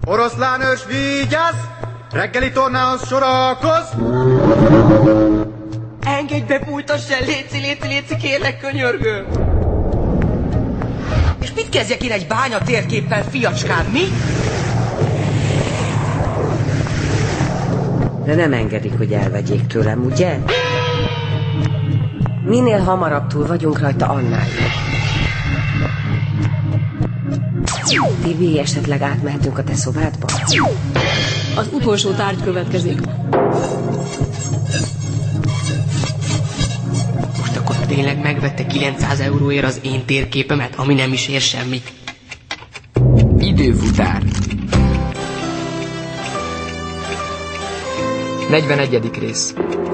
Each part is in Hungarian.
Oroszlánős, vigyázz! Reggeli tornához sorakoz! Engedj be, bújtass el, léci, kérlek, könyörgöm! És mit kezdjek én egy bánya térképpel, fiacskám, mi? De nem engedik, hogy elvegyék tőlem, ugye? Minél hamarabb túl vagyunk rajta, annál jobb. Tibi, esetleg átmehetünk a te szobádba? Az utolsó tárgy következik. Most akkor tényleg megvette 900 euróért az én térképemet, ami nem is ér semmit. Időfutár. 41. rész.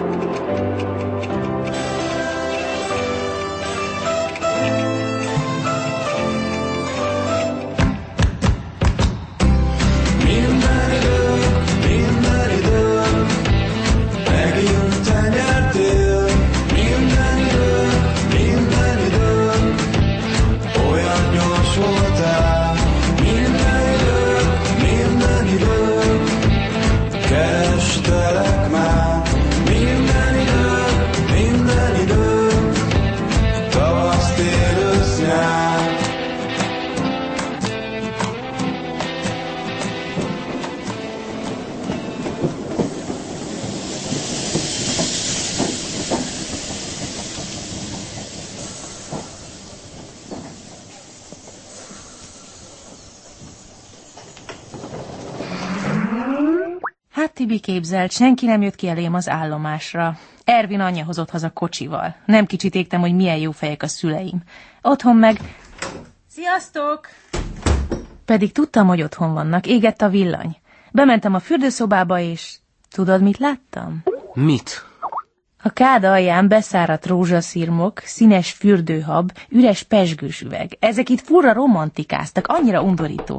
Tibi, képzelt, senki nem jött ki elém az állomásra. Ervin anyja hozott haza kocsival. Nem kicsit égtem, hogy milyen jó fejek a szüleim. Otthon meg... Sziasztok! Pedig tudtam, hogy otthon vannak. Égett a villany. Bementem a fürdőszobába, és... Tudod, mit láttam? Mit? A kád alján beszáradt rózsaszirmok, színes fürdőhab, üres pezsgős üveg. Ezek itt furra romantikáztak, annyira undorító.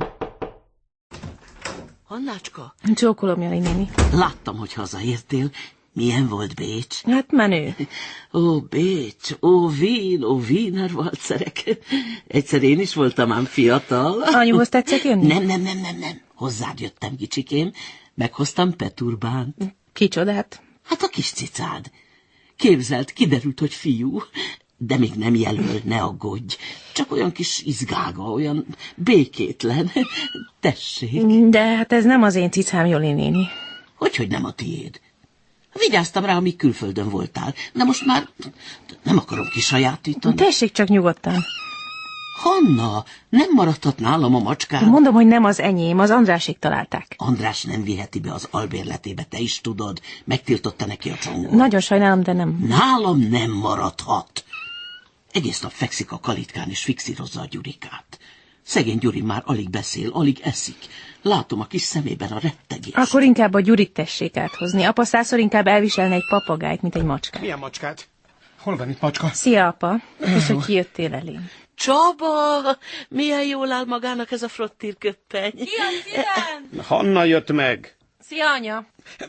Annácska? Csókolom, Jali néni. Láttam, hogy hazaértél. Milyen volt Bécs? Hát menő. Ó, Bécs, ó, Wiener valcerek. Egyszer én is voltam ám fiatal. Anyuhoz tetszett jönni? Nem. Hozzád jöttem, kicsikém. Meghoztam Peturbánt. Kicsodát? Hát a kis cicád. Képzeld, kiderült, hogy fiú. De még nem jelöl, ne aggódj. Csak olyan kis izgága, olyan békétlen. Tessék. De hát ez nem az én cicám, Joli néni. Hogy nem a tiéd? Vigyáztam rá, amíg külföldön voltál. De most már nem akarom kisajátítani. Tessék csak nyugodtan. Hanna, nem maradhat nálam a macskám. Mondom, hogy nem az enyém, az Andrásék találták. András nem viheti be az albérletébe, te is tudod. Megtiltotta neki a csongót. Nagyon sajnálom, de nem. Nálam nem maradhat. Egész nap fekszik a kalitkán és fixírozza a Gyurikát. Szegény Gyuri már alig beszél, alig eszik. Látom a kis szemében a rettegést. Akkor inkább a Gyurit tessék áthozni. Apa százszor inkább elviselne egy papagájt, mint egy macskát. Milyen macskát? Hol van itt macska? Szia, apa. És hogy kijöttél elém. Csaba, milyen jól áll magának ez a frottírköppeny. Hanna jött meg. Szia, anya.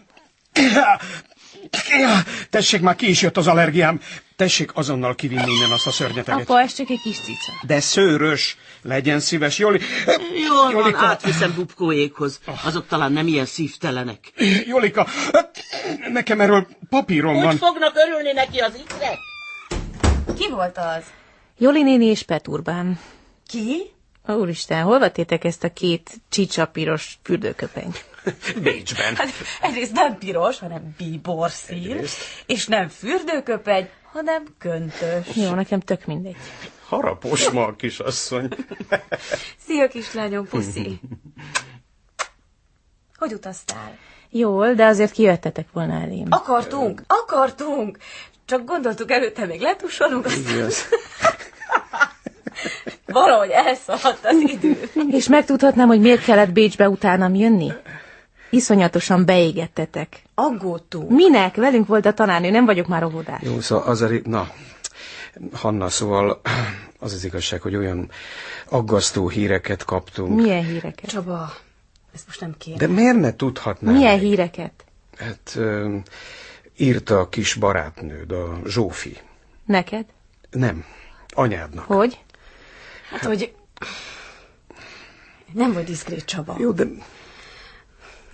Tessék, már ki is jött az allergiám. Tessék azonnal kivinni innen azt a szörnyeteget. Apa, ez csak egy kis cica. De szőrös. Legyen szíves, Joli. Jól van, átviszem bubkóékhoz. Azok talán nem ilyen szívtelenek. Jolika, nekem erről papírom van. Hogy fognak örülni neki az ikrek? Ki volt az? Joli néni és Peturbán. Ki? Úristen, hol vettétek ezt a két csicsapiros fürdőköpenyt? Bécsben. Hát egyrészt nem piros, hanem bíborszín, és nem fürdőköpeny, hanem köntös. Jó, nekem tök mindegy. Harapos ma a kisasszony. Szia, kislányom, puszi. Hogy utaztál? Jól, de azért kijöttetek volna elém. Akartunk. Csak gondoltuk, előtte még letussolunk, aztán... Valahogy elszaladt az idő. És megtudhatnám, hogy miért kellett Bécsbe utánam jönni? Iszonyatosan beégettetek. Aggódtunk. Minek? Velünk volt a tanárnő, nem vagyok már óvodás. Jó, szóval Hanna, szóval az az igazság, hogy olyan aggasztó híreket kaptunk. Milyen híreket? Csaba, ezt most nem kérem. De miért ne tudhatnám? Milyen híreket? Hát írta a kis barátnőd, a Zsófi. Neked? Nem, anyádnak. Hogy? Hát, hogy nem vagy diszkrét, Csaba. Jó, de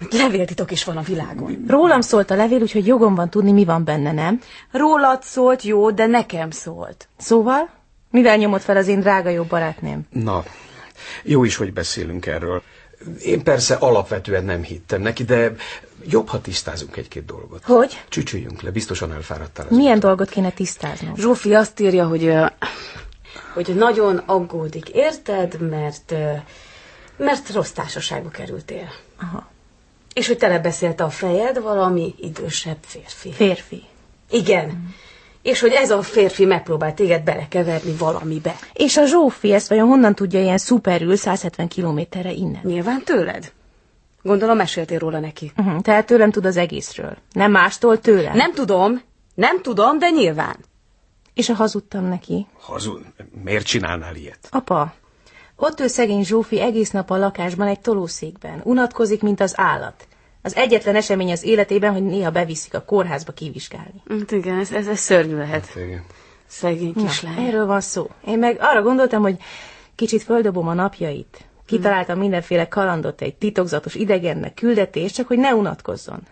Levéltitok is van a világon. Rólam szólt a levél, úgyhogy jogom van tudni, mi van benne, nem? Rólad szólt, jó, de nekem szólt. Szóval? Mivel nyomott fel az én drága jó barátném? Na, jó is, hogy beszélünk erről. Én persze alapvetően nem hittem neki, de jobb, ha tisztázunk egy-két dolgot. Hogy? Csücsüljünk le, biztosan elfáradtál. Milyen dolgot kéne tisztáznom? Zsófi azt írja, hogy nagyon aggódik, érted, mert rossz társaságba kerültél. Aha. És hogy telebeszélte a fejed valami idősebb férfi. Férfi. Igen. És hogy ez a férfi megpróbál téged belekeverni valamibe. És a Zsófi ezt vajon honnan tudja ilyen szuperül 170 kilométerre innen? Nyilván tőled. Gondolom meséltél róla neki. Tehát tőlem tud az egészről. Nem mástól tőlem? Nem tudom, de nyilván. És ha hazudtam neki? Miért csinálnál ilyet? Apa, ott ül szegény Zsófi egész nap a lakásban egy tolószékben. Unatkozik, mint az állat. Az egyetlen esemény az életében, hogy néha beviszik a kórházba kivizsgálni. Igen, ez szörnyű lehet. Hát, igen. Szegény kislány. Erről van szó. Én meg arra gondoltam, hogy kicsit földobom a napjait. Kitaláltam mindenféle kalandot egy titokzatos idegennek küldetést, csak hogy ne unatkozzon.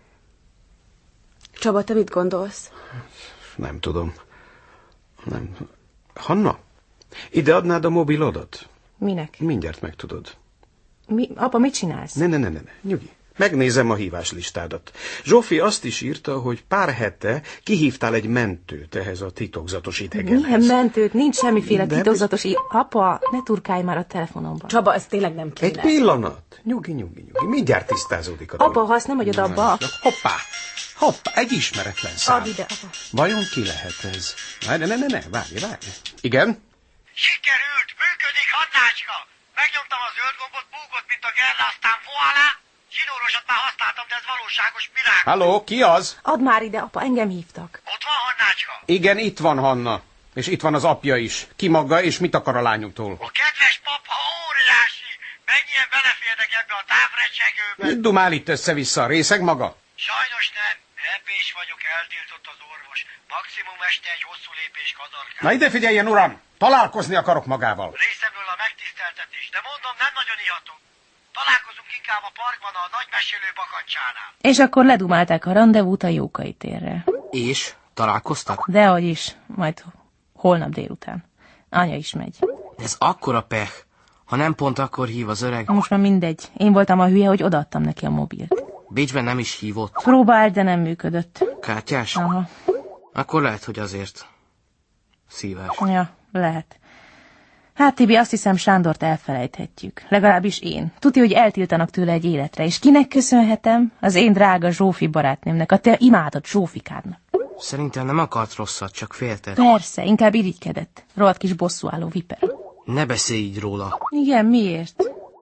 Csaba, te mit gondolsz? Nem tudom. Nem. Hanna, ide adnád a mobilodat? Minek? Mindjárt megtudod. Apa, mit csinálsz? Ne, nyugi. Megnézem a híváslistádat. Zsófi azt is írta, hogy pár hete kihívtál egy mentőt ehhez a titokzatos idegenhez. Milyen mentőt? Nincs semmiféle titokzatos... Apa, ne turkálj már a telefonomban. Csaba, ez tényleg nem kéne. Egy pillanat. Nyugi. Mindjárt tisztázódik a dolog. Apa, ha azt nem hagyod abba... Hoppá, egy ismeretlen szám. Add ide, apa. Vajon ki lehet ez? Ne, várj. Igen? Sikerült, működik, Hannácska! Megnyomtam a zöld gombot, búgott, mint a gerle, aztán voilá! Zsinórosat már használtam, de ez valóságos mirákul. Halló, ki az? Add már ide, apa, engem hívtak. Ott van Hannácska? Igen, itt van Hanna. És itt van az apja is. Ki maga, és mit akar a lányuktól? A kedves papa óriási! Mennyien beleférnek ebbe a távrecsegőbe? Mit dumál itt össze-vissza? Részeg maga? Sajnos nem. Ebés vagyok, eltiltott az orvos. Maximum este egy hosszú lépés kazarkán. Na ide figyeljen, uram! Találkozni akarok magával. Részemről a megtiszteltetés, de mondom, nem nagyon ihatok. Találkozunk inkább a parkban a nagy mesélő bakancsánál. És akkor ledumálták a randevút a Jókai térre. És? Találkoztak? Dehogy is, majd holnap délután. Anya is megy. Ez akkora pech. Ha nem pont akkor hív az öreg. Most már mindegy. Én voltam a hülye, hogy odaadtam neki a mobilt. Bécsben nem is hívott. Próbált, de nem működött. Kártyás? Aha. Akkor lehet, hogy azért. Szívás. Ja, lehet. Hát, Tibi, azt hiszem, Sándort elfelejthetjük. Legalábbis én. Tudja, hogy eltiltanak tőle egy életre. És kinek köszönhetem? Az én drága Zsófi barátnőmnek, a te imádott Zsófikádnak. Szerintem nem akart rosszat, csak félted. Persze, inkább irigykedett. Rohadt kis bosszúálló viper. Ne beszélj így róla. Igen, miért?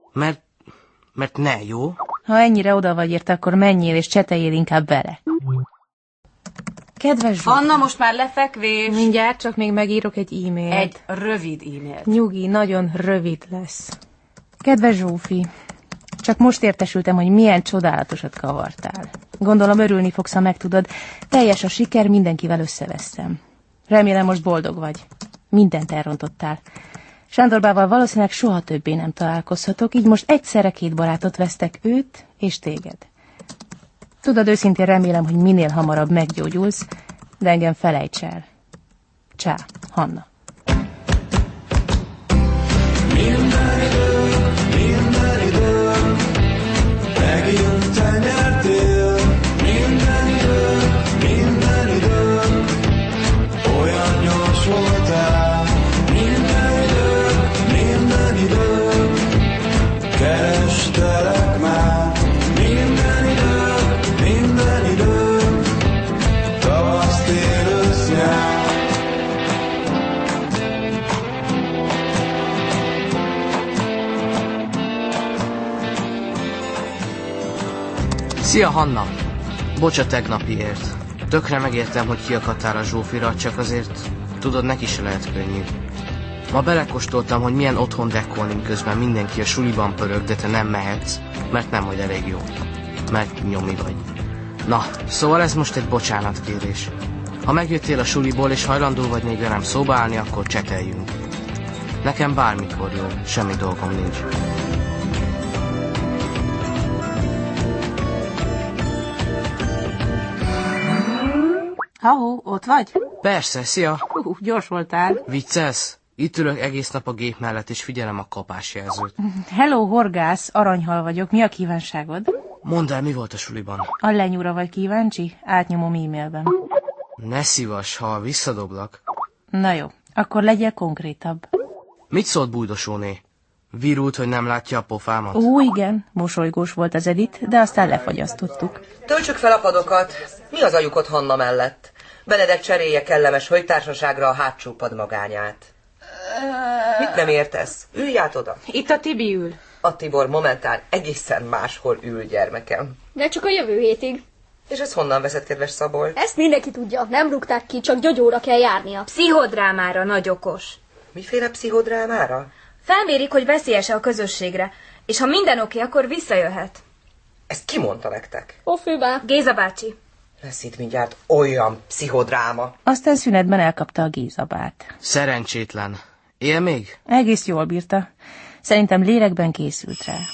Mert ne, jó? Ha ennyire oda vagy érte, akkor menjél és cseteljél inkább vele. Kedves Zsófi. Anna, most már lefekvés. Mindjárt, csak még megírok egy e-mailt. Egy rövid e-mailt. Nyugi, nagyon rövid lesz. Kedves Zsófi, csak most értesültem, hogy milyen csodálatosat kavartál. Gondolom örülni fogsz, ha megtudod. Teljes a siker, mindenkivel összeveszem. Remélem most boldog vagy. Mindent elrontottál. Sándorbával valószínűleg soha többé nem találkozhatok, így most egyszerre két barátot vesztek, őt és téged. Tudod, őszintén remélem, hogy minél hamarabb meggyógyulsz, de engem felejts el. Csá, Hanna. Minden idő, megint te nyertél. Minden idő, olyan gyors voltál. Minden idő, kerestelek már. Minden idő, tavasz, tél, ősz, nyár. Szia, Hanna! Bocs a tegnapiért. Tökre megértem, hogy kiakadtál a Zsófira, csak azért tudod, neki se lehet könnyű. Ma belekóstoltam, hogy milyen otthon dekkolni, miközben mindenki a suliban pörög, de te nem mehetsz, mert nem vagy elég jó. Mert nyomi vagy. Na, szóval ez most egy bocsánatkérés. Ha megjöttél a suliból és hajlandó vagy még velem szóba állni, akkor cseteljünk. Nekem bármikor jó, semmi dolgom nincs. Ha-hó, ott vagy? Persze, szia! Gyors voltál. Viccelsz? Itt ülök egész nap a gép mellett, és figyelem a kapásjelzőt. Hello, horgász, aranyhal vagyok. Mi a kívánságod? Mondd el, mi volt a suliban? A lenyúra vagy kíváncsi? Átnyomom e-mailben. Ne szívass, ha visszadoblak. Na jó, akkor legyél konkrétabb. Mit szólt Bújdosóné? Virult, hogy nem látja a pofámat? Ó, igen, mosolygós volt az Edith, de aztán lefagyasztottuk. Töltsük fel a padokat. Mi az ajuk ott Hanna mellett? Benedek cserélje kellemes hölgytársaságra a hátsó pad magányát. Mit nem értesz? Ülj át oda. Itt a Tibi ül. A Tibor momentán egészen máshol ül, gyermekem. De csak a jövő hétig. És ez honnan veszed, kedves Szabolcs? Ezt mindenki tudja, nem rúgták ki, csak Gyogyóra kell járnia. Pszichodrámára, nagy okos. Miféle pszichodrámára? Felmérik, hogy veszélyes-e a közösségre, és ha minden oké, akkor visszajöhet. Ezt ki mondta nektek? Ó, főbá. Géza bácsi. Lesz itt mindjárt olyan pszichodráma. Aztán szünetben elkapta a Gézabát. Szerencsétlen. Él még? Egész jól bírta. Szerintem lélekben készült rá.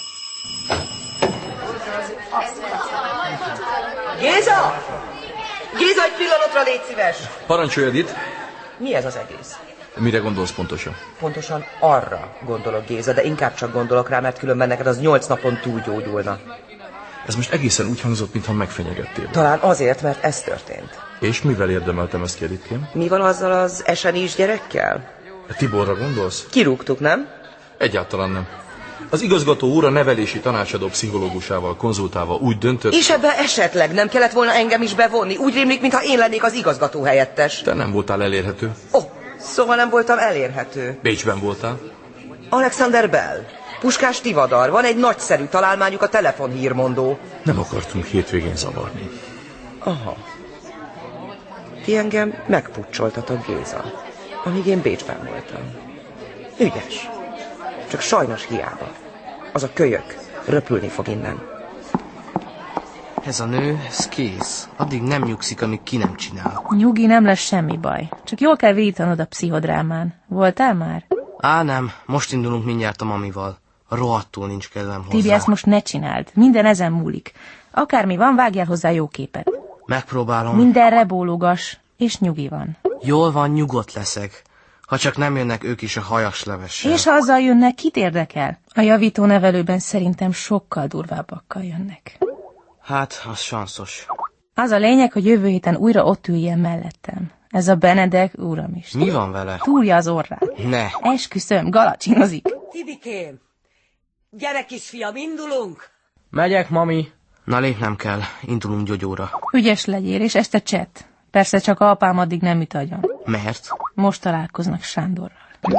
Géza! Géza, egy pillanatra légy szíves! Parancsolj, Edith! Mi ez az egész? Mire gondolsz pontosan? Pontosan arra gondolok, Géza, de inkább csak gondolok rá, mert különben neked az 8 napon túlgyógyulna. Ez most egészen úgy hangzott, mintha megfenyegettél. Talán azért, mert ez történt. És mivel érdemeltem ezt ki, Edithkém? Mi van azzal az esenis gyerekkel? A Tiborra gondolsz? Kirúgtuk, nem? Egyáltalán nem. Az igazgató úr a nevelési tanácsadó pszichológusával konzultálva úgy döntött... És ebbe esetleg nem kellett volna engem is bevonni? Úgy rémlik, mintha én lennék az igazgató helyettes. Te nem voltál elérhető. Szóval nem voltam elérhető. Bécsben voltál. Alexander Bell. Puskás Tivadar. Van egy nagyszerű találmányuk, a telefonhírmondó. Nem akartunk hétvégén zavarni. Aha. Ti engem megpucsoltatok, Géza. Amíg én Bécsben voltam. Ügyes. Csak sajnos hiába. Az a kölyök röpülni fog innen. Ez a nő, ez kész. Addig nem nyugszik, amíg ki nem csinál. Nyugi, nem lesz semmi baj. Csak jól kell végitanod a pszichodrámán. Voltál már? Á, nem. Most indulunk mindjárt a mamival. Rohadtul nincs kedvem hozzá. Tibi, ezt most ne csináld. Minden ezen múlik. Akármi van, vágjál hozzá jó képet. Megpróbálom. Mindenre bólogas, és nyugi van. Jól van, nyugodt leszek. Ha csak nem jönnek ők is a hajaslevessel. És ha azzal jönnek, kit érdekel? A javító nevelőben szerintem sokkal durvábbakkal jönnek. Hát, az sanszos. Az a lényeg, hogy jövő héten újra ott üljen mellettem. Ez a Benedek, uram is. Mi van vele? Túrja az orrát. Ne. Esküszöm, galacsinozik. Tibikém, gyere kisfiam, indulunk! Megyek, mami. Na lépnem kell, indulunk Gyogyóra. Ügyes legyél, és este cset. Persze csak apám addig nem üt agyon. Mert? Most találkoznak Sándorral.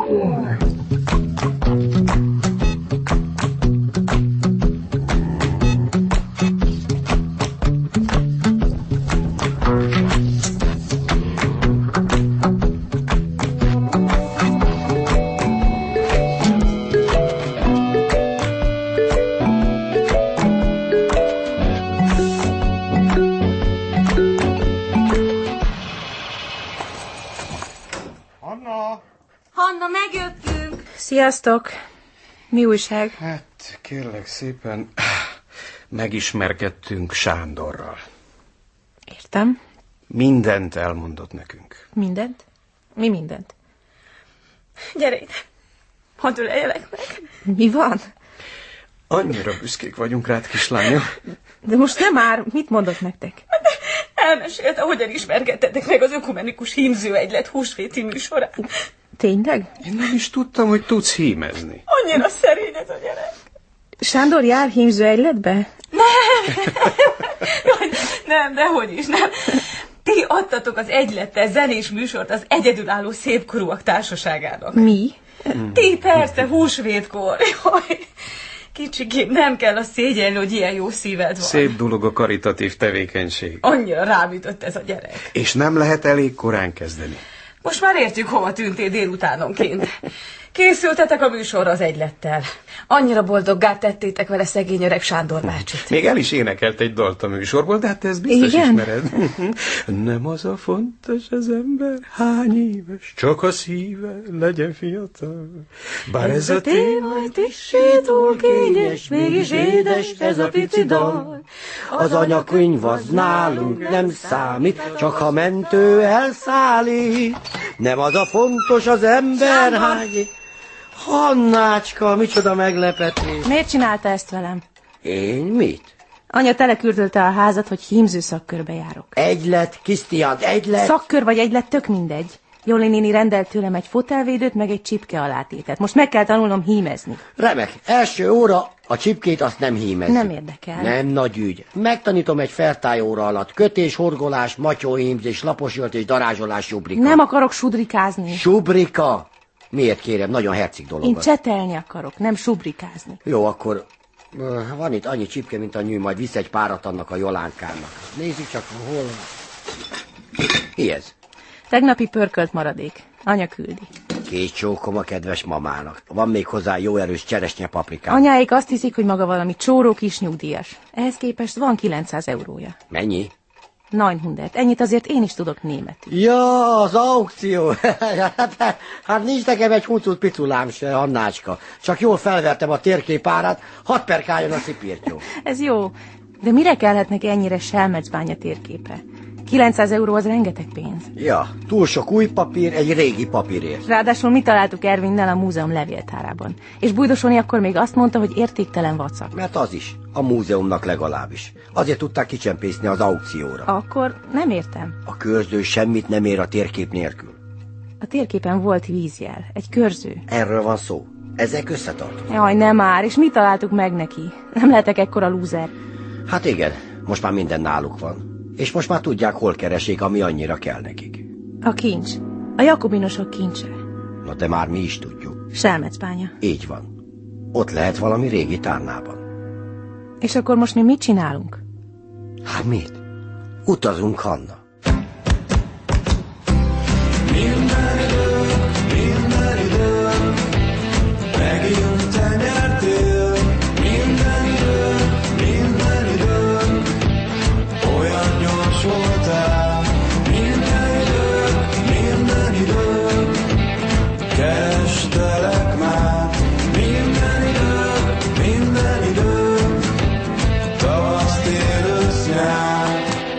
Hanna, megjöttünk! Sziasztok! Mi újság? Hát, kérlek szépen, megismerkedtünk Sándorral. Értem. Mindent elmondott nekünk. Mindent? Mi mindent? Gyere ide! Hadd öleljelek meg! Mi van? Annyira büszkék vagyunk rád, kislányom. De most nem már, mit mondott nektek? Elmesélte, hogyan ismerkedtetek meg az ökumenikus hímzőegylet húsvéti műsorán. Tényleg? Én nem is tudtam, hogy tudsz hímezni. Annyira szerény ez a gyerek. Sándor jár hímzőegyletbe? Nem, dehogy is, nem. Ti adtatok az egylettel zenés műsort az egyedülálló szépkorúak társaságának. Mi? Ti persze, húsvétkor. Jaj, kicsikém, nem kell a szégyelni, hogy ilyen jó szíved van. Szép dolog a karitatív tevékenység. Annyira rám ütött ez a gyerek. És nem lehet elég korán kezdeni. Most már értjük, hova tűntél délutánonként. Készültetek a műsorra az egylettel. Annyira boldoggá tettétek vele szegény öreg Sándor bácsit. Még el is énekelt egy dalt a műsorból, de hát ez biztos Igen? ismered. Nem az a fontos az ember, hány éves, csak a szíve legyen fiatal. Bár ez a témajt is túl kényes, mégis édes ez a pici dal. Az anyakönyv az nálunk nem számít, csak ha mentő elszállít. Nem az a fontos az ember, hány... Hannácska, micsoda meglepetés. Miért csinálta ezt velem? Én mit? Anya teleküldölte a házat, hogy hímző szakkörbe járok. Egylet, Krisztián, egylet. Szakkör vagy egylet, tök mindegy. Jóli néni rendelt tőlem egy fotelvédőt, meg egy csipke alátétet. Most meg kell tanulnom hímezni. Remek, első óra, a csipkét azt nem hímezzük. Nem érdekel. Nem nagy ügy. Megtanítom egy fertályóra alatt. Kötés, horgolás, matyóhímzés, laposöltés, darázsolás, subrika. Nem akarok sudrikázni. Subrika? Miért kérem? Nagyon herceg dolog. Én csetelni akarok, nem subrikázni. Jó, akkor van itt annyi csipke, mint a nyű, majd visz egy párat annak a Jolánkának. Nézzük csak, hol... Mi ez? Tegnapi pörkölt maradék. Anya küldi. Két csókom a kedves mamának. Van még hozzá jó erős cseresznye paprikám. Anyáik azt hiszik, hogy maga valami csóró kis nyugdíjas. Ehhez képest van 900 eurója. Mennyi? 900. Ennyit azért én is tudok németül. Ja, az aukció. Hát nincs nekem egy huncut piculám se, Annácska. Csak jól felvertem a térképárát, 6 perkáljon a szipírtyó. Ez jó, de mire kellhet neki ennyire Selmecbánya térképe? 900 euró az rengeteg pénz. Ja, túl sok új papír egy régi papírért. Ráadásul mi találtuk Ervinnel a múzeum levéltárában. És Bújdosoni akkor még azt mondta, hogy értéktelen vacak. Mert az is, a múzeumnak legalábbis. Azért tudták kicsempészni az aukcióra. Akkor nem értem. A körző semmit nem ér a térkép nélkül. A térképen volt vízjel, egy körző. Erről van szó. Ezek összetartoznak. Jaj, nem már, és mi találtuk meg neki? Nem lehetek ekkora lúzer. Hát igen, most már minden náluk van. És most már tudják, hol keresik, ami annyira kell nekik. A kincs. A jakobinosok kincse. Na de már mi is tudjuk. Selmecbánya. Így van. Ott lehet valami régi tárnában. És akkor most mi mit csinálunk? Hát mit? Utazunk, Hanna. Minden idő, megint te nyertél. Minden idő, olyan gyors voltál. Minden idő, kerestelek már. Minden idő, tavasz, tél, ősz, nyár.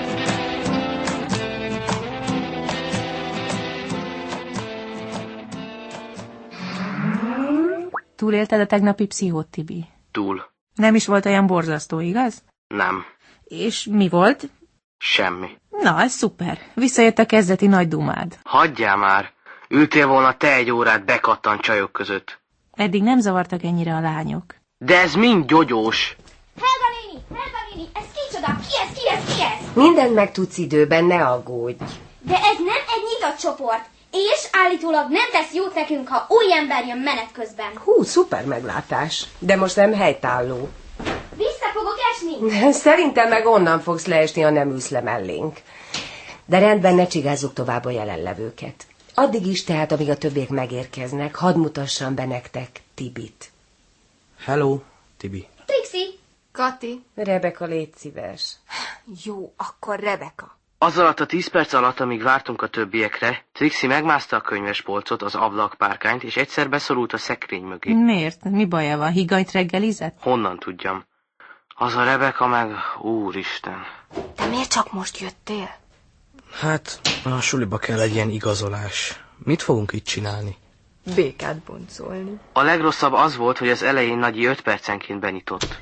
Túlélted a tegnapi pszichót, Tibi? Túl. Nem is volt olyan borzasztó, igaz? Nem. És mi volt? Semmi. Na, ez szuper. Visszajött a kezdeti nagy dumád. Hagyjál már. Ültél volna te egy órát bekattant csajok között. Eddig nem zavartak ennyire a lányok. De ez mind gyogyós. Helga néni, ez kicsoda? Ki ez? Mindent megtudsz időben, ne aggódj. De ez nem egy nyitott csoport, és állítólag nem tesz jót nekünk, ha új ember jön menet közben. Hú, szuper meglátás. De most nem helytálló. Vissza fogok esni? Szerintem meg onnan fogsz leesni, ha nem ülsz le mellénk. De rendben, ne csigázzuk tovább a jelenlevőket. Addig is, tehát, amíg a többiek megérkeznek, hadd mutassam be nektek Tibit. Hello, Tibi. Trixie. Kati. Rebeka, légy szíves. Jó, akkor Rebeka. Az alatt a 10 perc alatt, amíg vártunk a többiekre, Trixie megmászta a könyvespolcot, az ablakpárkányt, és egyszer beszorult a szekrény mögé. Miért? Mi baja van? Higganyt reggelizett? Honnan tudjam? Az a Rebeka meg... Úristen. De miért csak most jöttél? Hát, a suliba kell egy ilyen igazolás. Mit fogunk itt csinálni? Békát boncolni. A legrosszabb az volt, hogy az elején Nagyi 5 percenként benyitott.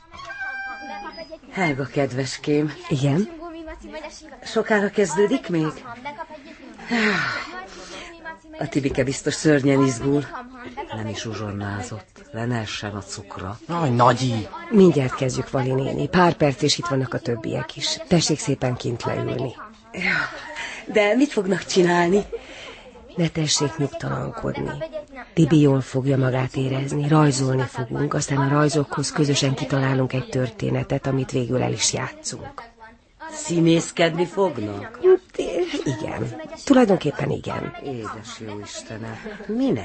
Helga, kedveském. Igen? Sokára kezdődik még? A Tibike biztos szörnyen izgul. Nem is uzsonnázott. Le ne essen a cukra. Aj, Nagyi! Mindjárt kezdjük, Vali néni. Pár perc, és itt vannak a többiek is. Tessék szépen kint leülni. De mit fognak csinálni? Ne tessék nyugtalankodni. Tibi jól fogja magát érezni, rajzolni fogunk, aztán a rajzokhoz közösen kitalálunk egy történetet, amit végül el is játszunk. Színészkedni fognak? Igen, tulajdonképpen igen. Édes jó Istenem, minek?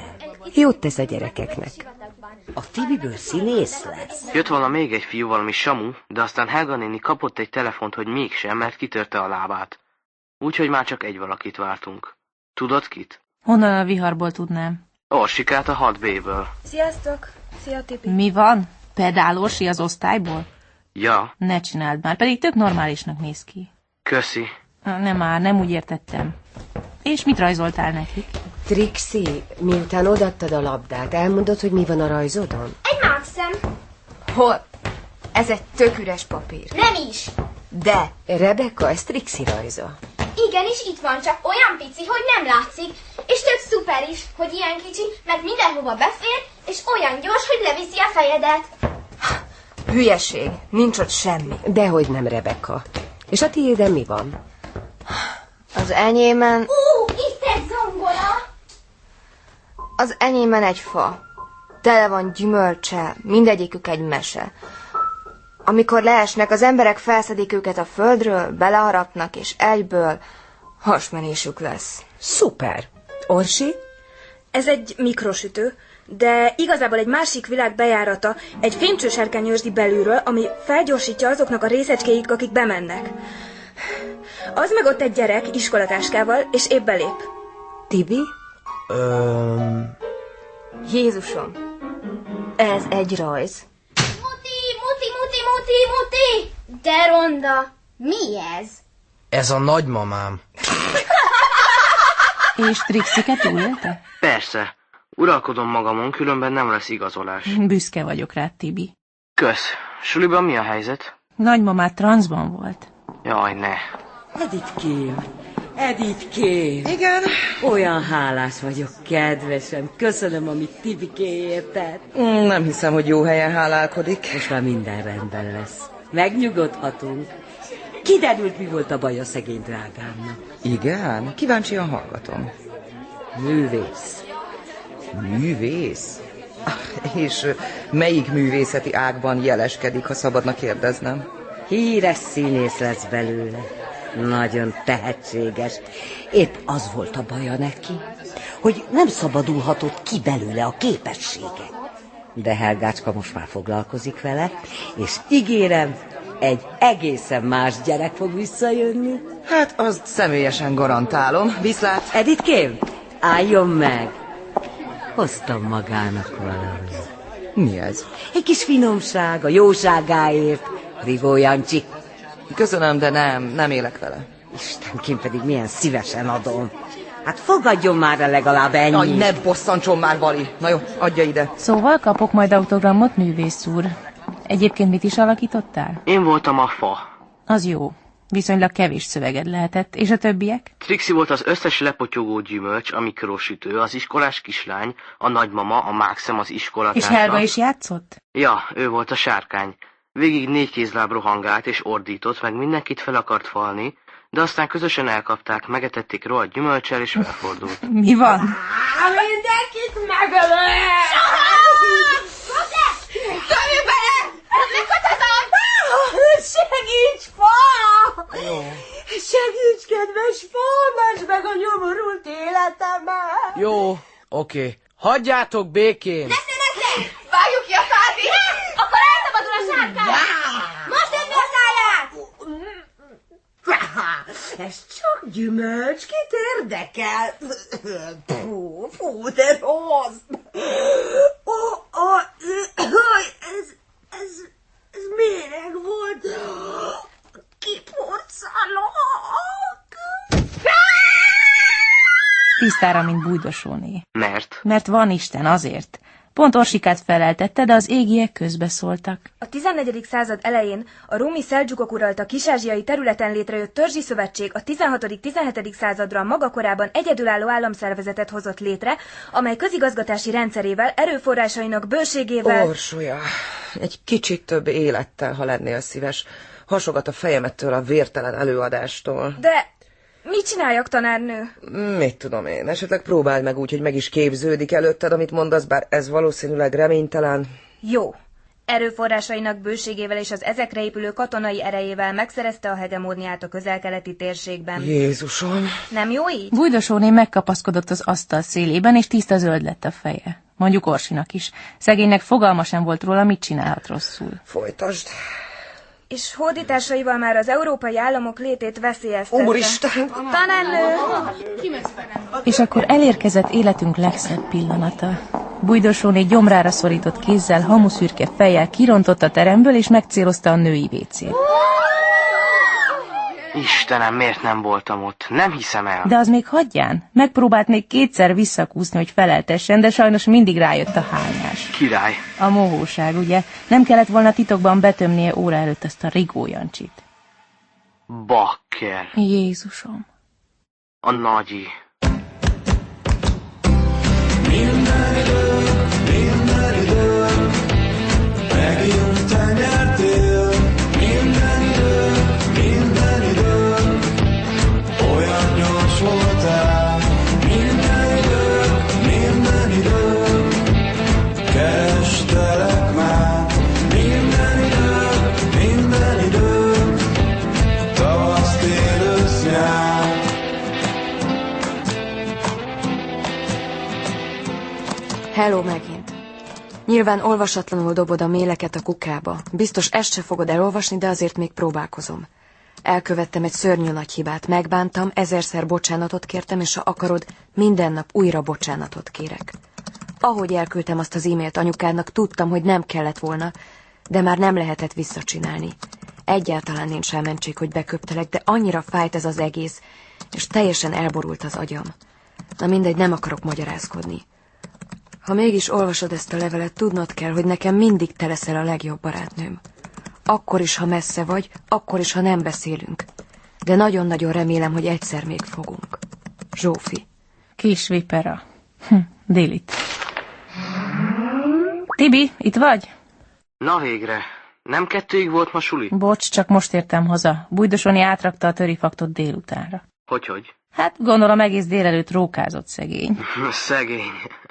Jót tesz a gyerekeknek. A Tibiből színész lesz? Jött volna még egy fiú, valami Samu, de aztán Helga néni kapott egy telefont, hogy mégsem, mert kitörte a lábát. Úgyhogy már csak egy valakit vártunk. Tudod kit? Honnan a viharból tudnám? Orsikát a 6B-ből. Sziasztok! Szia, Tibi! Mi van? Pedál Orsi az osztályból? Ja. Ne csináld már, pedig tök normálisnak néz ki. Köszi. Nem úgy értettem. És mit rajzoltál nekik? Trixie, miután odaadtad a labdát, elmondod, hogy mi van a rajzodon? Egy mákszem. Hol? Ez egy tök üres papír. Nem is. De! Rebecca, ez Trixie rajza. Igenis, itt van, csak olyan pici, hogy nem látszik. És tök szuper is, hogy ilyen kicsi, mert mindenhova befér, és olyan gyors, hogy leviszi a fejedet. Hülyeség, nincs ott semmi. Dehogy nem, Rebecca. És a tiéden mi van? Az enyémen... Itt egy zongora! Az enyémen egy fa. Tele van gyümölcse, mindegyikük egy mese. Amikor leesnek, az emberek felszedik őket a földről, beleharapnak, és egyből hasmenésük lesz. Szuper! Orsi? Ez egy mikrosütő, de igazából egy másik világ bejárata, egy fémcsősárkány ősdi belülről, ami felgyorsítja azoknak a részecskéig, akik bemennek. Az meg ott egy gyerek iskolatáskával, és épp belép. Tibi? Jézusom, ez egy rajz. Muti! De ronda! Mi ez? Ez a nagymamám. És Trixike túlélte? Persze. Uralkodom magamon, különben nem lesz igazolás. Büszke vagyok rád, Tibi. Kösz. Suliban mi a helyzet? Nagymamát transzban volt. Jaj, ne. Editkém. Igen? Olyan hálás vagyok, kedvesem. Köszönöm, amit Tibikéért tett. Nem hiszem, hogy jó helyen hálálkodik. Most már minden rendben lesz. Megnyugodhatunk. Kiderült, mi volt a baj a szegény drágámnak. Igen? Kíváncsian hallgatom. Művész. Művész? És melyik művészeti ágban jeleskedik, ha szabadna kérdeznem? Híres színész lesz belőle. Nagyon tehetséges. Épp az volt a baja neki, hogy nem szabadulhatott ki belőle a képessége. De Helgácska most már foglalkozik vele, és ígérem, egy egészen más gyerek fog visszajönni. Hát azt személyesen garantálom. Viszlát! Editkém, álljon meg! Hoztam magának valamit. Mi ez? Egy kis finomság, a jóságáért. Rigó Jancsi. Köszönöm, de nem élek vele. Istenkém, pedig milyen szívesen adom. Hát fogadjon már legalább ennyi. Aj, ne bosszantson már, Bali. Na jó, adja ide. Szóval kapok majd autogramot, művész úr. Egyébként mit is alakítottál? Én voltam a fa. Az jó. Viszonylag kevés szöveged lehetett. És a többiek? Trixie volt az összes lepotyogó gyümölcs, a mikrosütő, az iskolás kislány, a nagymama, a mákszem, az iskolatársa. És Helga is játszott? Ja, ő volt a sárkány. Végig 4 kézláb rohangált és ordított, meg mindenkit fel akart falni, de aztán közösen elkapták, megetették róla gyümölccsel és felfordult. Mi van? Mindenkit megölöl! Törj bele! Megkötözöm! Segíts, fa! Segíts, kedves fa! Ments meg a nyomorult életemmel! Jó, oké. Hagyjátok békén! Ne! Vágjuk ki a fázi! Akkor elszabadul a sárkány! Most tedd a száját! Ez csak gyümölcs, kit érdekel? Fú, de rossz! Ez méreg volt! Kipurcalok! Tisztára, mint Bújdosóné. Mert? Mert van Isten, azért. Pont Orsikát feleltette, de az égiek közbeszóltak. A 14. század elején a rómi szeldzsukok uralta kis-ázsiai területen létrejött törzsi szövetség a 16.-17. századra maga korában egyedülálló államszervezetet hozott létre, amely közigazgatási rendszerével, erőforrásainak bőségével... Orsolya, egy kicsit több élettel, ha lennél szíves. Hasogat a fejemettől a vértelen előadástól. De... mit csináljak, tanárnő? Mit tudom én, esetleg próbáld meg úgy, hogy meg is képződik előtted, amit mondasz, bár ez valószínűleg reménytelen. Jó. Erőforrásainak bőségével és az ezekre épülő katonai erejével megszerezte a hegemóniát a közel-keleti térségben. Jézusom! Nem jó így? Bújdosóné megkapaszkodott az asztal szélében, és tiszta zöld lett a feje. Mondjuk Orsinak is. Szegénynek fogalma sem volt róla, mit csinálhat rosszul. Folytasd. És hódításaival már az európai államok létét veszélyeztette. Úristen! Tanárnő! És akkor elérkezett életünk legszebb pillanata. Bújdosóné gyomrára szorított kézzel, hamuszürke fejjel kirontott a teremből, és megcélozta a női vécét. Istenem, miért nem voltam ott? Nem hiszem el. De az még hagyján. Megpróbált még kétszer visszakúszni, hogy feleltessen, de sajnos mindig rájött a hányás. Király. A mohóság, ugye? Nem kellett volna titokban betömnie óra előtt azt a Rigó Jancsit. Bakker. Jézusom. A nagyi. Minden idő, megint te nyertél. Minden idő, olyan gyors voltál. Minden idő, kerestelek már. Minden idő, tavasz, tél, ősz, nyár. Hello megint. Nyilván olvasatlanul dobod a méleket a kukába. Biztos ezt se fogod elolvasni, de azért még próbálkozom. Elkövettem egy szörnyű nagy hibát, megbántam, 1000-szer bocsánatot kértem, és ha akarod, minden nap újra bocsánatot kérek. Ahogy elküldtem azt az e-mailt anyukádnak, tudtam, hogy nem kellett volna, de már nem lehetett visszacsinálni. Egyáltalán nincs elmentség, hogy beköptelek, de annyira fájt ez az egész, és teljesen elborult az agyam. Na mindegy, nem akarok magyarázkodni. Ha mégis olvasod ezt a levelet, tudnod kell, hogy nekem mindig te leszel a legjobb barátnőm. Akkor is, ha messze vagy, akkor is, ha nem beszélünk. De nagyon-nagyon remélem, hogy egyszer még fogunk. Zsófi. Kis vipera. Délit. Tibi, itt vagy? Na végre. Nem 2-ig volt ma suli? Bocs, csak most értem haza. Bújdosóné átrakta a törifaktot délutánra. Hogy? Hát gondolom egész délelőtt rókázott szegény. Szegény.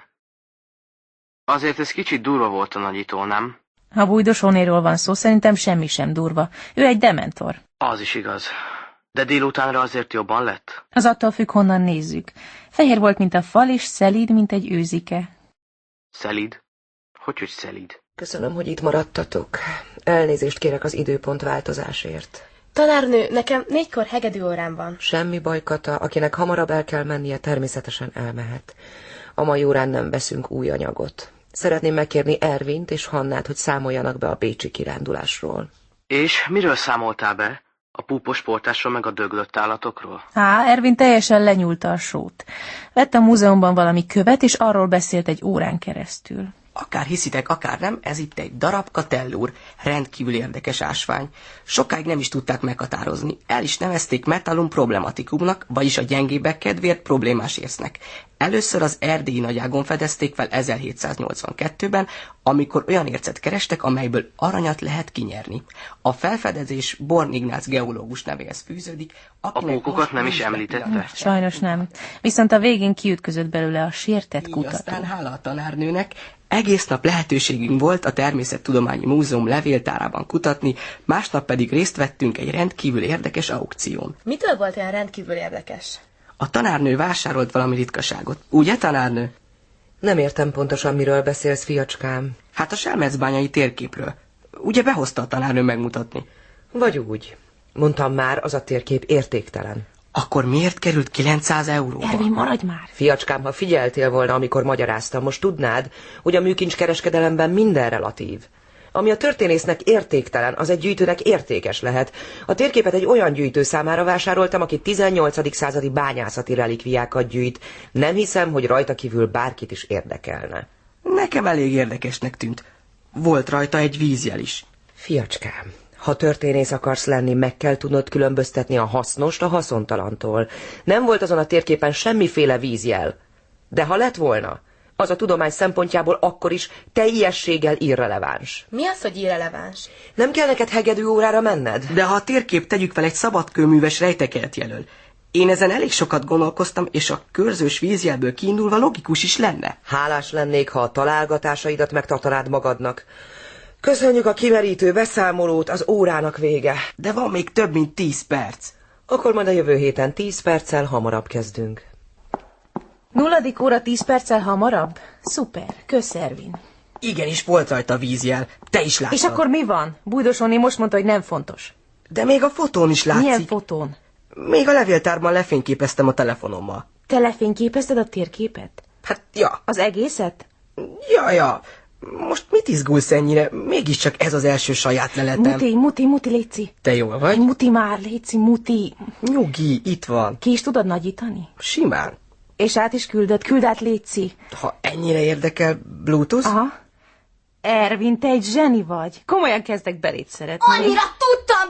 Azért ez kicsit durva volt a nagyitól, nem? Ha Bújdosónéról van szó, szerintem semmi sem durva. Ő egy dementor. Az is igaz. De délutánra azért jobban lett? Az attól függ, honnan nézzük. Fehér volt, mint a fal, és szelíd, mint egy őzike. Szelíd? Hogy szelíd? Köszönöm, hogy itt maradtatok. Elnézést kérek az időpontváltozásért. Tanárnő, nekem 4-kor hegedű órám van. Semmi baj, Kata, akinek hamarabb el kell mennie, természetesen elmehet. A mai órán nem veszünk új anyagot. Szeretném megkérni Ervint és Hannát, hogy számoljanak be a bécsi kirándulásról. És miről számoltál be? A púpos portásról meg a döglött állatokról? Ervin teljesen lenyúlta a sót. Vett a múzeumban valami követ, és arról beszélt egy órán keresztül. Akár hiszitek, akár nem, ez itt egy darabka tellúr, rendkívül érdekes ásvány. Sokáig nem is tudták meghatározni. El is nevezték metallum problematikumnak, vagyis a gyengébbek kedvéért problémás érznek. Először az erdélyi nagyágon fedezték fel 1782-ben, amikor olyan ércet kerestek, amelyből aranyat lehet kinyerni. A felfedezés Born Ignác geológus nevéhez fűződik. A pókokat nem is említette? Sajnos nem. Viszont a végén kiütközött belőle a sértett kutató. Aztán hála a tanárnőnek, egész nap lehetőségünk volt a Természettudományi Múzeum levéltárában kutatni, másnap pedig részt vettünk egy rendkívül érdekes aukción. Mitől volt olyan rendkívül érdekes? A tanárnő vásárolt valami ritkaságot. Ugye, tanárnő? Nem értem pontosan, miről beszélsz, fiacskám. Hát a Selmecbányai térképről. Ugye behozta a tanárnő megmutatni? Vagy úgy. Mondtam már, az a térkép értéktelen. Akkor miért került 900 euróba? Ervin, maradj már! Fiacskám, ha figyeltél volna, amikor magyaráztam, most tudnád, hogy a műkincskereskedelemben minden relatív. Ami a történésznek értéktelen, az egy gyűjtőnek értékes lehet. A térképet egy olyan gyűjtő számára vásároltam, aki 18. századi bányászati relikviákat gyűjt. Nem hiszem, hogy rajta kívül bárkit is érdekelne. Nekem elég érdekesnek tűnt. Volt rajta egy vízjel is. Fiacskám, ha történész akarsz lenni, meg kell tudnod különböztetni a hasznost a haszontalantól. Nem volt azon a térképen semmiféle vízjel. De ha lett volna, az a tudomány szempontjából akkor is teljességgel irreleváns. Mi az, hogy irreleváns? Nem kell neked hegedű órára menned? De ha a térkép tegyük fel egy szabadkőműves rejtekelt jelöl. Én ezen elég sokat gondolkoztam, és a körzős vízjelből kiindulva logikus is lenne. Hálás lennék, ha a találgatásaidat megtartanád magadnak. Köszönjük a kimerítő beszámolót, az órának vége. De van még több mint 10 perc. Akkor majd a jövő héten 10 perccel hamarabb kezdünk. 0. óra 10 perccel hamarabb? Szuper, kösz Ervin. Igenis volt rajta vízjel, te is láttad. És akkor mi van? Bújdos Onni most mondta, hogy nem fontos. De még a fotón is látszik. Milyen fotón? Még a levéltárban lefényképeztem a telefonommal. Te lefényképezted a térképet? Hát, ja. Az egészet? Ja. Most mit izgulsz ennyire? Mégiscsak ez az első saját leletem. Muti, léci. Te jól vagy? Muti már, léci, muti. Nyugi, itt van. Ki is tudod nagyítani? Simán. És át is küld át, léci. Ha ennyire érdekel, Bluetooth? Aha. Ervin, te egy zseni vagy. Komolyan kezdek beléd szeretni. Annyira tudtam!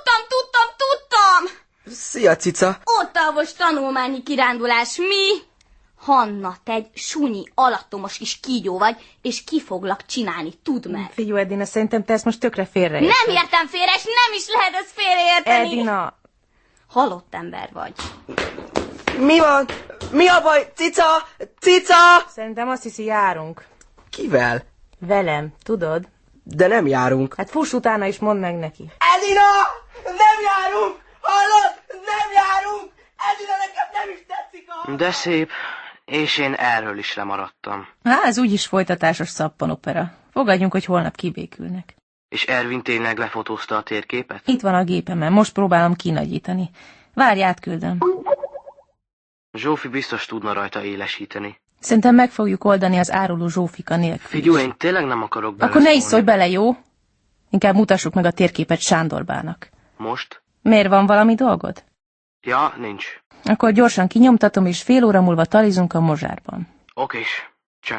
Szia, cica. Ótávos tanulmányi kirándulás, mi? Hanna, te egy sunyi, alattomos kis kígyó vagy, és ki foglak csinálni, tudd meg. Figyelj, Edina, szerintem te ezt most tökre félreérted. Nem értem félre, és nem is lehet ezt félreérteni. Edina. Halott ember vagy. Mi van? Mi a baj? Cica! Szerintem azt hiszi, járunk. Kivel? Velem, tudod? De nem járunk. Hát fuss utána és mondd meg neki. Edina! Nem járunk! Hallod? Nem járunk! Edina, nekem nem is tetszik a... De szép, és én erről is lemaradtam. Ez úgyis folytatásos szappanopera. Fogadjunk, hogy holnap kibékülnek. És Ervin tényleg lefotózta a térképet? Itt van a gépemen, most próbálom kinagyítani. Várj, átküldöm. Zsófi biztos tudna rajta élesíteni. Szerintem meg fogjuk oldani az áruló Zsófika nélkül. Figyelj, én tényleg nem akarok Akkor ne is szólj bele, jó? Inkább mutassuk meg a térképet Sándorbának. Most? Miért, van valami dolgod? Ja, nincs. Akkor gyorsan kinyomtatom, és fél óra múlva talizunk a mozsárban. Okés. Csá.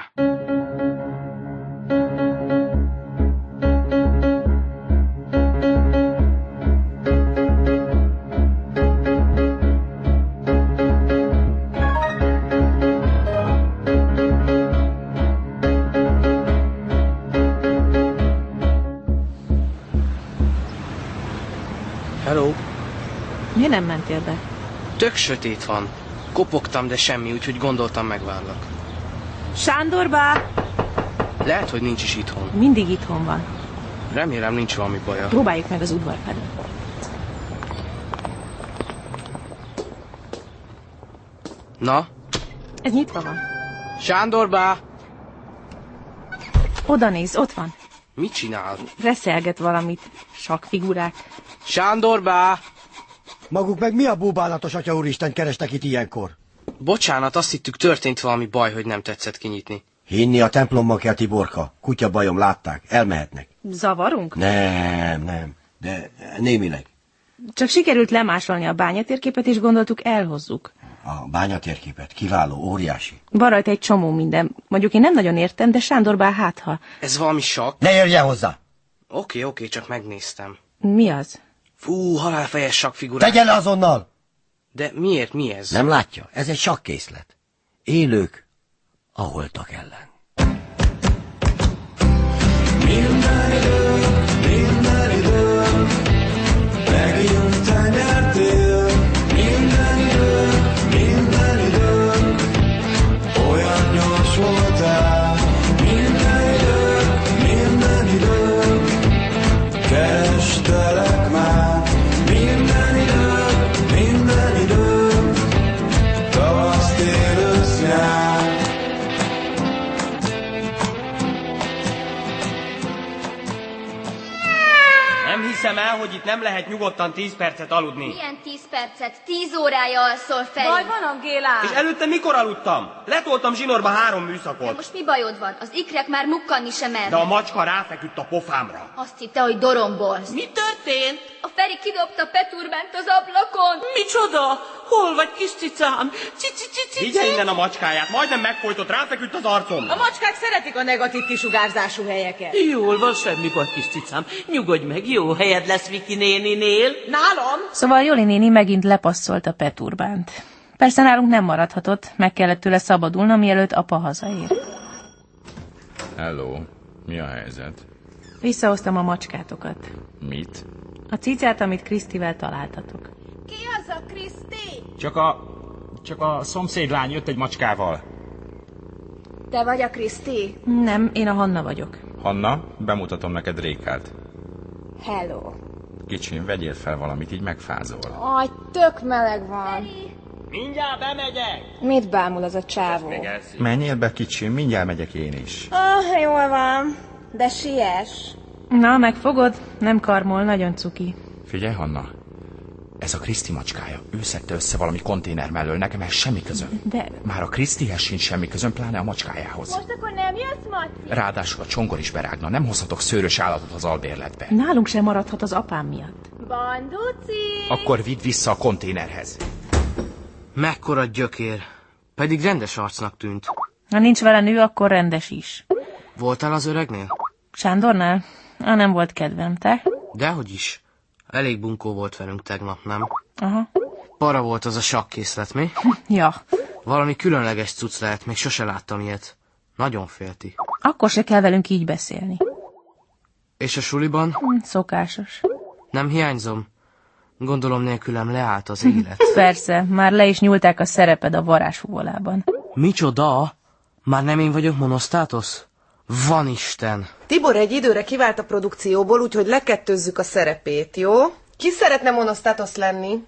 Hello. Miért nem mentél be? Tök sötét van. Kopogtam, de semmi, úgyhogy gondoltam megvárlak. Sándorbá! Lehet, hogy nincs is itthon. Mindig itthon van. Remélem nincs valami baja. Próbáljuk meg az udvarpadon. Na? Ez nyitva van. Sándorbá! Oda néz, ott van. Mit csinál? Reszelget valamit. Sakkfigurák. Sándorbá! Maguk meg mi a búbálatos, atya úristen, kerestek itt ilyenkor? Bocsánat, azt hittük, történt valami baj, hogy nem tetszett kinyitni. Hinni a templomban kell, Tiborka. Kutya bajom, látták, elmehetnek. Zavarunk? Nem, de némileg. Csak sikerült lemásolni a bányatérképet, és gondoltuk, elhozzuk. A bányatérképet, kiváló, óriási. Van rajta egy csomó minden. Mondjuk én nem nagyon értem, de Sándorbá hátha. Ez valami sakk? Ne érjen hozzá! Oké, csak megnéztem. Mi az? Fú, halálfejes sakkfigurák. Tegye le azonnal! De miért, mi ez? Nem látja? Ez egy sakkészlet. Élők a holtak ellen. Minden idő, megint te nyertél. Minden idő, olyan gyors voltál. Minden idő, kerestelek már. Minden idő, tavasz, tél, ősz, nyár. Nem hiszem el, hogy itt nem lehet nyugodtan 10 percet aludni. Milyen 10 percet? 10 órája alszol, Feri. Baj van, Angélám? És előtte mikor aludtam? Letoltam zsinórba 3 műszakot. De most mi bajod van? Az ikrek már mukkanni sem mernek. De a macska ráfeküdt a pofámra. Azt hitte, hogy dorombolsz. Mi történt? A Feri kidobta Peturbánt az ablakon. Micsoda? Hol vagy, kis cicám? Vigye innen a macskáját, majdnem megfojtott, ráfeküdt az arcom. A macskák szeretik a negatív kisugárzású helyeket. Jól van, semmi baj, kis cicám. Nyugodj meg, jó helyed lesz Viki néninél. Nálam? Szóval Joli néni megint lepasszolta Peturbánt. Persze nálunk nem maradhatott, meg kellett tőle szabadulna, mielőtt apa hazaér. Hello, mi a helyzet? Visszahoztam a macskátokat. Mit? A cicát, amit Krisztivel találtatok. Ki az a Kriszti? Csak a szomszédlány jött egy macskával. Te vagy a Kriszti? Nem, én a Hanna vagyok. Hanna, bemutatom neked Rékát. Hello. Kicsim, vegyél fel valamit, így megfázol. Aj, tök meleg van. Mindjárt bemegyek! Mit bámul az a csávó? Menjél be, kicsim, mindjárt megyek én is. Jól van. De siess. Na, megfogod? Nem karmol, nagyon cuki. Figyelj, Hanna, ez a Kriszti macskája. Ő szedte össze valami konténer mellől, nekem ez semmi közöm. De... Már a Krisztihez sincs semmi közöm, pláne a macskájához. Most akkor nem jössz, Maci? Ráadásul a csongor is berágna, nem hozhatok szőrös állatot az albérletbe. Nálunk sem maradhat az apám miatt. Banduci! Akkor vidd vissza a konténerhez. Mekkora gyökér. Pedig rendes arcnak tűnt. Ha nincs vele nő, akkor rendes is. Voltál az öregnél? Sándornál? Nem volt kedvem, te? Dehogy is. Elég bunkó volt velünk tegnap, nem? Aha. Para volt az a sakkészlet, mi? Ja. Valami különleges cucc lehet, még sose láttam ilyet. Nagyon félti. Akkor se kell velünk így beszélni. És a suliban? Szokásos. Nem hiányzom. Gondolom nélkülem leállt az élet. Persze, már le is nyúlták a szereped a varázsfuvolában. Micsoda? Már nem én vagyok Monosztátosz? Van Isten! Tibor egy időre kivált a produkcióból, úgyhogy lekettőzzük a szerepét, jó? Ki szeretne Monosztátosz lenni?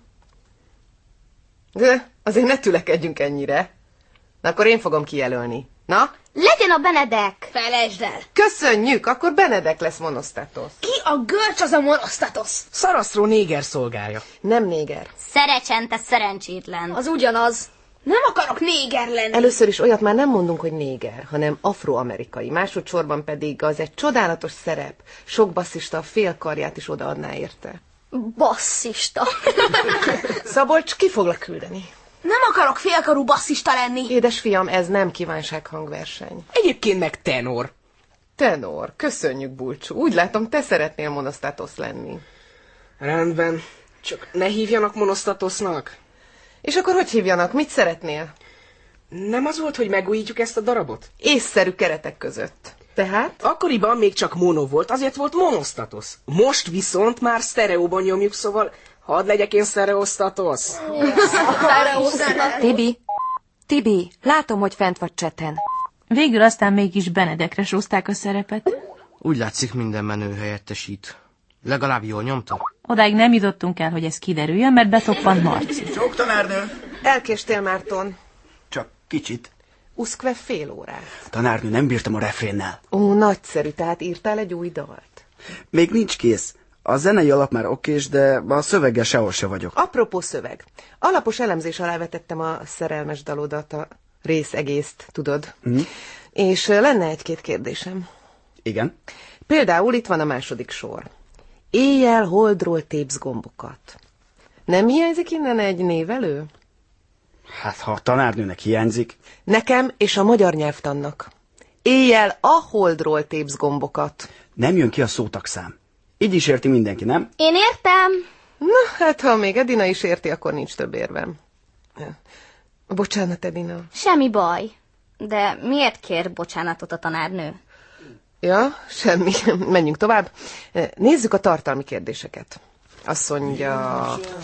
De azért ne tülekedjünk ennyire. Na, akkor én fogom kijelölni. Na? Legyen a Benedek! Felejtsd el! Köszönjük, akkor Benedek lesz Monosztátosz. Ki a görcs az a Monosztátosz? Szarasztró néger szolgája. Nem néger. Szerecsen, te szerencsétlen. Az ugyanaz. Nem akarok néger lenni. Először is olyat már nem mondunk, hogy néger, hanem afroamerikai. Másodszorban pedig az egy csodálatos szerep. Sok basszista a fél karját is odaadná érte. Basszista. Szabolcs, ki foglak küldeni? Nem akarok félkarú basszista lenni. Édes fiam, ez nem kívánsághangverseny. Egyébként meg tenor. Tenor, köszönjük, Bulcsú. Úgy látom, te szeretnél Monosztátosz lenni. Rendben, csak ne hívjanak Monosztátosznak. És akkor hogy hívjanak? Mit szeretnél? Nem az volt, hogy megújítjuk ezt a darabot? Észszerű keretek között. Tehát? Akkoriban még csak mono volt, azért volt Monosztátosz. Most viszont már sztereóban nyomjuk, szóval hadd legyek én sztereosztátosz. Tibi, látom, hogy fent vagy cseten. Végül aztán mégis Benedekre sózták a szerepet. Úgy látszik, minden menő helyettesít. Legalább jól nyomta? Odáig nem jutottunk el, hogy ez kiderüljön, mert betoppant Marci. Csók, tanárnő! Elkéstél, Márton. Csak kicsit. Uszkve fél órát. Tanárnő, nem bírtam a refrénnel. Ó, nagyszerű, tehát írtál egy új dalt. Még nincs kész. A zenei alap már okés, de a szöveggel sehol se vagyok. Apropó szöveg. Alapos elemzés alá vetettem a szerelmes dalodat, a rész egészt, tudod. És lenne egy-két kérdésem. Igen? Például itt van a második sor. Éjjel holdról tépsz gombokat. Nem hiányzik innen egy névelő? Hát, ha a tanárnőnek hiányzik. Nekem és a magyar nyelvtannak. Éjjel a holdról tépsz gombokat. Nem jön ki a szótagszám. Így is érti mindenki, nem? Én értem. Na, hát ha még Edina is érti, akkor nincs több érvem. Bocsánat, Edina. Semmi baj. De miért kér bocsánatot a tanárnő? Ja, semmi. Menjünk tovább. Nézzük a tartalmi kérdéseket. Azt mondja...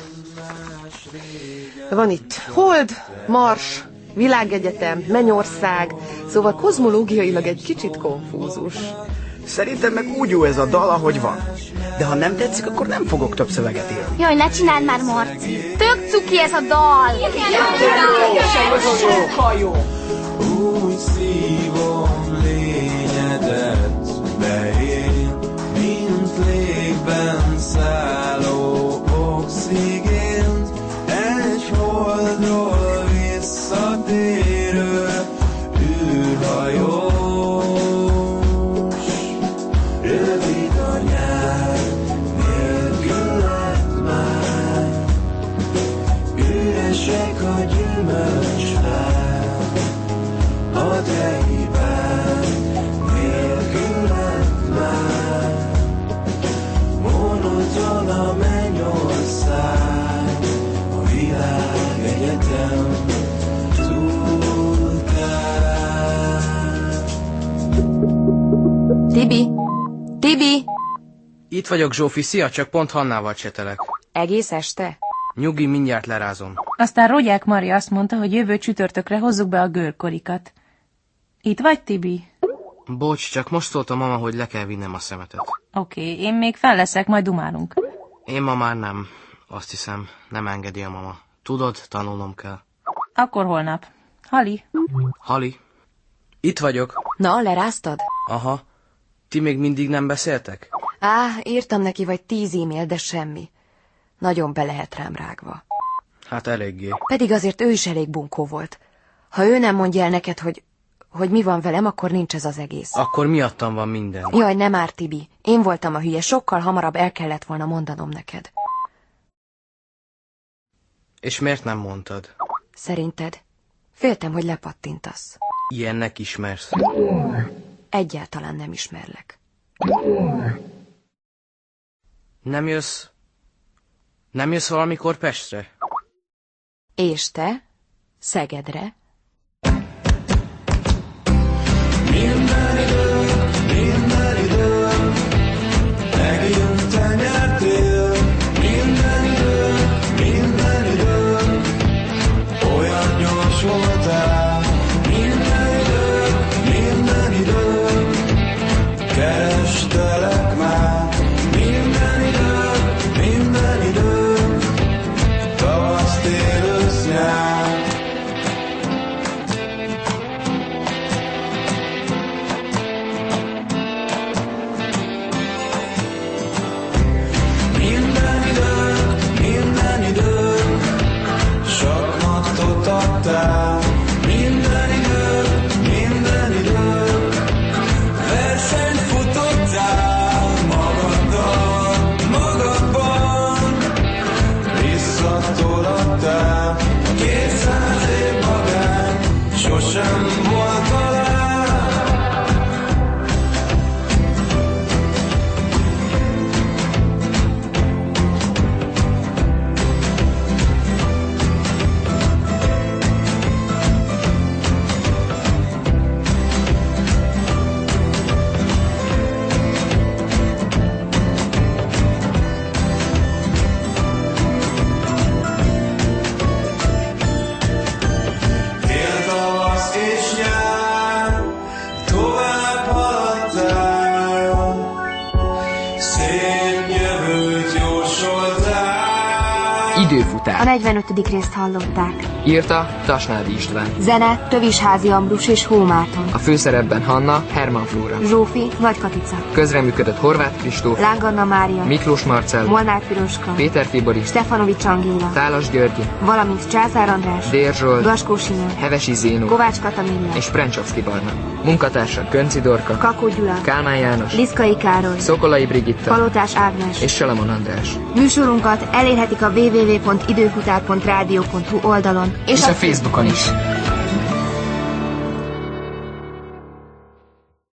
Van itt Hold, Mars, Világegyetem, Mennyország, szóval kozmológiailag egy kicsit konfúzus. Szerintem meg úgy jó ez a dal, ahogy van. De ha nem tetszik, akkor nem fogok több szöveget írni. Jaj, ne csináld már, Marci. Tök cuki ez a dal. Úgy szívom lényedet beén, mint légben szálló oxigént, egy holdról visszatérő űrhajós. Rövid a nyár, nélkül lett már, üresek a gyümölcsfák, a te hibád nélkül lett már, monoton a mennyország, a világegyetem túlkár. Tibi! Itt vagyok, Zsófi, szia, csak pont Hannával csetelek. Egész este? Nyugi, mindjárt lerázom. Aztán Rogyák Mari azt mondta, hogy jövő csütörtökre hozzuk be a görkorikat. Itt vagy, Tibi? Bocs, csak most szólt a mama, hogy le kell vinnem a szemetet. Oké, én még fel leszek, majd dumálunk. Én ma már nem. Azt hiszem, nem engedi a mama. Tudod, tanulnom kell. Akkor holnap. Hali? Hali? Itt vagyok. Na, leráztad? Aha. Ti még mindig nem beszéltek? Írtam neki vagy 10 e-mail, de semmi. Nagyon be lehet rám rágva. Hát eléggé. Pedig azért ő is elég bunkó volt. Ha ő nem mondja el neked, hogy mi van velem, akkor nincs ez az egész. Akkor miattam van minden. Jaj, nem már, Tibi. Én voltam a hülye, sokkal hamarabb el kellett volna mondanom neked. És miért nem mondtad? Szerinted? Féltem, hogy lepattintasz. Ilyennek ismersz. Egyáltalán nem ismerlek. Nem jössz valamikor Pestre? És te? Szegedre? Minden idő, megint te nyertél. Minden idő, olyan gyors voltál. Minden idő, kerestelek már. Minden idő, tavasz, tél, ősz, nyár. Sakmatot adtál. Minden idő, versenyt futottál magadban, visszatoladtál. 200 év magány, sosem volt alá. Időfutár. A 45. részt hallották. Írta Tasnádi István. Zene Tövisházi Ambrus és Hó Márton. A főszerepben Hanna, Herman Flóra. Zsófi, Nagy Katica. Közreműködött Horváth Kristóf, Lánganna Mária, Miklós Marcell, Molnár Piroska, Péter Fibori, Stefanovics Angéla, Tálas Györgyi, valamint Császár András, Dér Zsolt, Gaskó Sinon, Hevesi Zénó, Kovács Katamilla és Prencsovszki Barna. Munkatársak Könci Dorka, Kakó Gyula, Kálmán János, Liszkai Károly, Szokolai Brigitta, Palotás Ágnes és Salamon András. Műsorunkat elérhetik a www.időfutár.rádió.hu oldalon és a Facebookon is.